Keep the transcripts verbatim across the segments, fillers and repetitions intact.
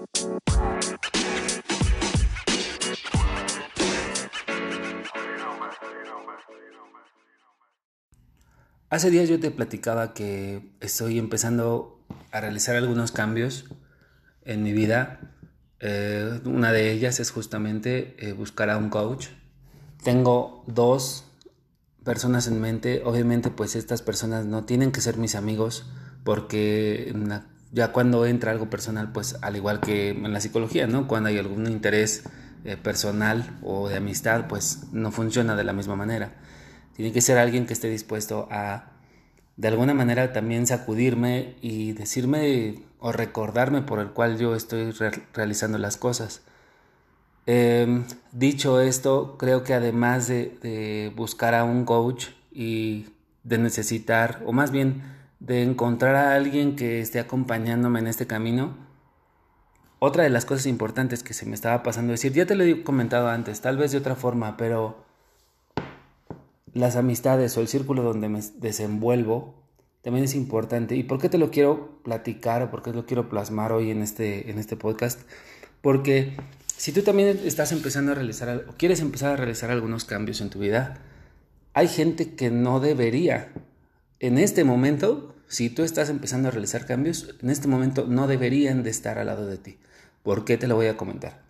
Hace días yo te platicaba que estoy empezando a realizar algunos cambios en mi vida. Eh, una de ellas es justamente eh, buscar a un coach. Tengo dos personas en mente. Obviamente pues estas personas no tienen que ser mis amigos porque la, ya cuando entra algo personal, pues al igual que en la psicología, ¿no? Cuando hay algún interés eh, personal o de amistad, pues no funciona de la misma manera. Tiene que ser alguien que esté dispuesto a, de alguna manera, también sacudirme y decirme o recordarme por el cual yo estoy re- realizando las cosas. Eh, dicho esto, creo que además de, de buscar a un coach y de necesitar, o más bien de encontrar a alguien que esté acompañándome en este camino, otra de las cosas importantes que se me estaba pasando decir, ya te lo he comentado antes, tal vez de otra forma, pero las amistades o el círculo donde me desenvuelvo también es importante. ¿Y por qué te lo quiero platicar o por qué lo quiero plasmar hoy en este, en este podcast? Porque si tú también estás empezando a realizar o quieres empezar a realizar algunos cambios en tu vida, hay gente que no debería. En este momento, si tú estás empezando a realizar cambios, en este momento no deberían de estar al lado de ti. ¿Por qué te lo voy a comentar?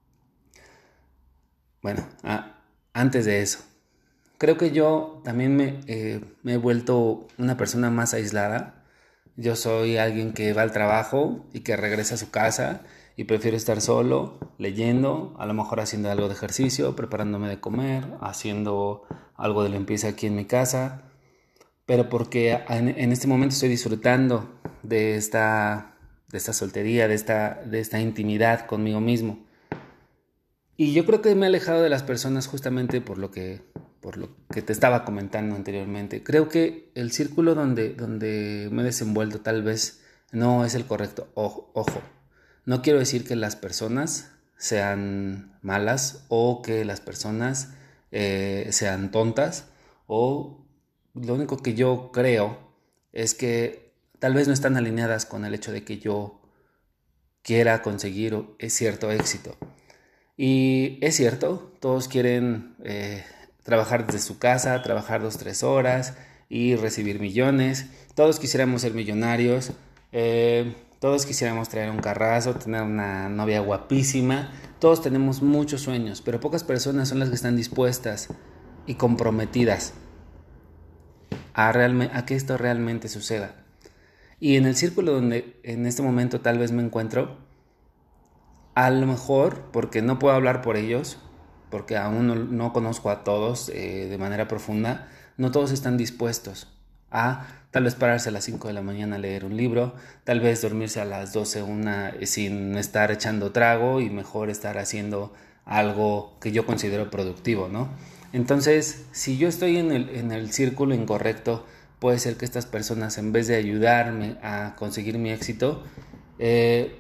Bueno, ah, antes de eso, creo que yo también me, eh, me he vuelto una persona más aislada. Yo soy alguien que va al trabajo y que regresa a su casa y prefiero estar solo, leyendo, a lo mejor haciendo algo de ejercicio, preparándome de comer, haciendo algo de limpieza aquí en mi casa, pero porque en, en este momento estoy disfrutando de esta, de esta soltería, de esta, de esta intimidad conmigo mismo. Y yo creo que me he alejado de las personas justamente por lo que, por lo que te estaba comentando anteriormente. Creo que el círculo donde, donde me he desenvuelto tal vez no es el correcto. Ojo, ojo, no quiero decir que las personas sean malas o que las personas eh, sean tontas, o lo único que yo creo es que tal vez no están alineadas con el hecho de que yo quiera conseguir cierto éxito. Y es cierto, todos quieren eh, trabajar desde su casa, trabajar dos, tres horas y recibir millones. Todos quisiéramos ser millonarios, eh, todos quisiéramos traer un carrazo, tener una novia guapísima. Todos tenemos muchos sueños, pero pocas personas son las que están dispuestas y comprometidas a, realme- a que esto realmente suceda. Y en el círculo donde en este momento tal vez me encuentro, a lo mejor, porque no puedo hablar por ellos, porque aún no, no conozco a todos eh, de manera profunda, no todos están dispuestos a tal vez pararse a las cinco de la mañana a leer un libro, tal vez dormirse a las doce una eh, sin estar echando trago y mejor estar haciendo algo que yo considero productivo, ¿no? Entonces, si yo estoy en el, en el círculo incorrecto, puede ser que estas personas, en vez de ayudarme a conseguir mi éxito, eh,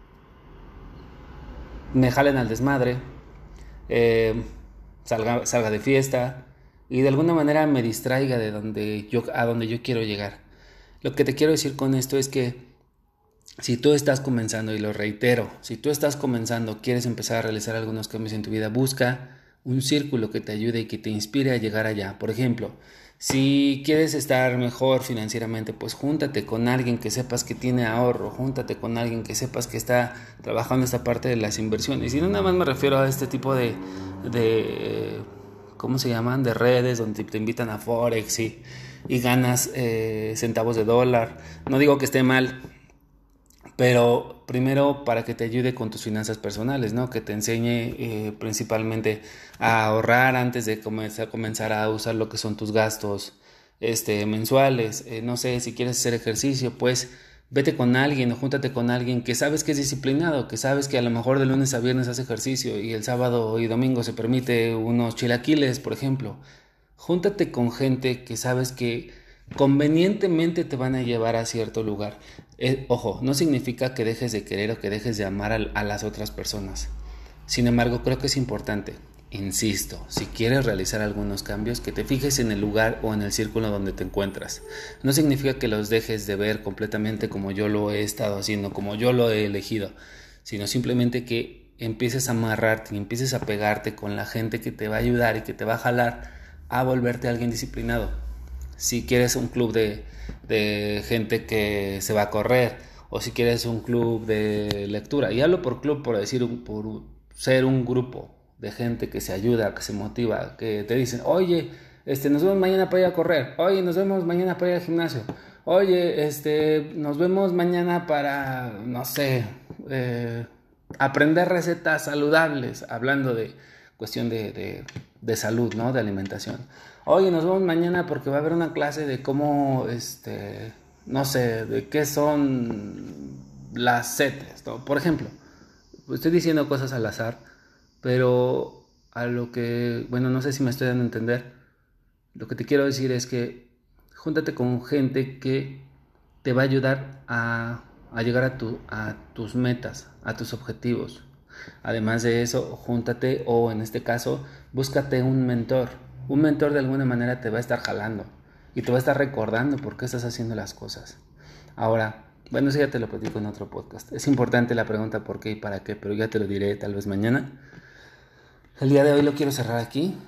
me jalen al desmadre, eh, salga, salga de fiesta y de alguna manera me distraiga de donde yo, a donde yo quiero llegar. Lo que te quiero decir con esto es que si tú estás comenzando, y lo reitero, si tú estás comenzando, quieres empezar a realizar algunos cambios en tu vida, busca un círculo que te ayude y que te inspire a llegar allá. Por ejemplo, si quieres estar mejor financieramente, pues júntate con alguien que sepas que tiene ahorro, júntate con alguien que sepas que está trabajando esta parte de las inversiones. Y no nada más me refiero a este tipo de, de ¿cómo se llaman? De redes donde te invitan a Forex y, y ganas eh, centavos de dólar. No digo que esté mal, pero primero para que te ayude con tus finanzas personales, ¿no? Que te enseñe eh, principalmente a ahorrar antes de comenzar, comenzar a usar lo que son tus gastos este, mensuales. Eh, no sé, si quieres hacer ejercicio, pues vete con alguien o júntate con alguien que sabes que es disciplinado, que sabes que a lo mejor de lunes a viernes hace ejercicio y el sábado y domingo se permite unos chilaquiles, por ejemplo. Júntate con gente que sabes que convenientemente te van a llevar a cierto lugar. Eh, ojo, no significa que dejes de querer o que dejes de amar a, a las otras personas. Sin embargo, creo que es importante, insisto, si quieres realizar algunos cambios, que te fijes en el lugar o en el círculo donde te encuentras. No significa que los dejes de ver completamente como yo lo he estado haciendo, como yo lo he elegido. sino simplemente que empieces a amarrarte y empieces a pegarte con la gente que te va a ayudar y que te va a jalar a volverte alguien disciplinado. Si quieres un club de, de gente que se va a correr, o si quieres un club de lectura, y hablo por club por decir, por ser un grupo de gente que se ayuda, que se motiva, que te dicen, oye, este, nos vemos mañana para ir a correr, oye, nos vemos mañana para ir al gimnasio, oye, este, nos vemos mañana para, no sé, eh, aprender recetas saludables, hablando de cuestión de, de, de salud, ¿no? De alimentación. Oye, nos vemos mañana porque va a haber una clase de cómo, este, no sé, de qué son las setas, ¿no? Por ejemplo, estoy diciendo cosas al azar, pero a lo que, bueno, no sé si me estoy dando a entender. Lo que te quiero decir es que júntate con gente que te va a ayudar a, a llegar a, tu, a tus metas, a tus objetivos. Además de eso, júntate, o en este caso, búscate un mentor. Un mentor de alguna manera te va a estar jalando y te va a estar recordando por qué estás haciendo las cosas. Ahora, bueno, eso ya te lo platico en otro podcast. Es importante la pregunta por qué y para qué, pero ya te lo diré tal vez mañana. El día de hoy lo quiero cerrar aquí.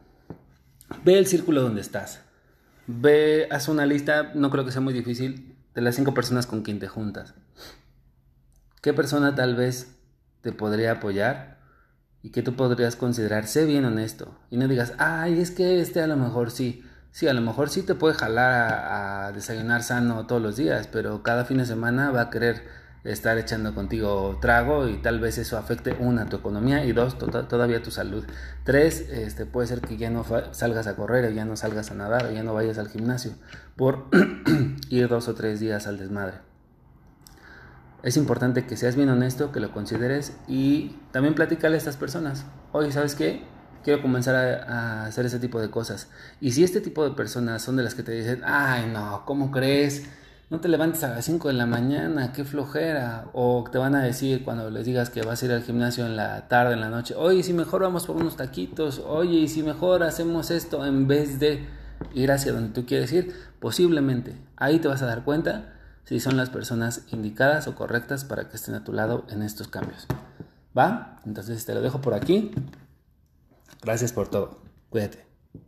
Ve el círculo donde estás. Ve, haz una lista, no creo que sea muy difícil, de las cinco personas con quien te juntas. ¿Qué persona tal vez te podría apoyar y que tú podrías considerar? Sé bien honesto y no digas, ay, es que este a lo mejor sí. Sí, a lo mejor sí te puede jalar a, a desayunar sano todos los días, pero cada fin de semana va a querer estar echando contigo trago y tal vez eso afecte, una, tu economía, y dos, to- todavía tu salud. Tres, este, puede ser que ya no fa- salgas a correr, o ya no salgas a nadar, o ya no vayas al gimnasio por ir dos o tres días al desmadre. Es importante que seas bien honesto, que lo consideres y también platícale a estas personas. Oye, ¿sabes qué? Quiero comenzar a, a hacer ese tipo de cosas. Y si este tipo de personas son de las que te dicen, ay no, ¿cómo crees? No te levantes a las cinco de la mañana, qué flojera. O te van a decir cuando les digas que vas a ir al gimnasio en la tarde, en la noche, oye, si mejor vamos por unos taquitos, oye, y si mejor hacemos esto en vez de ir hacia donde tú quieres ir, posiblemente ahí te vas a dar cuenta si son las personas indicadas o correctas para que estén a tu lado en estos cambios. ¿Va? Entonces te lo dejo por aquí. Gracias por todo. Cuídate.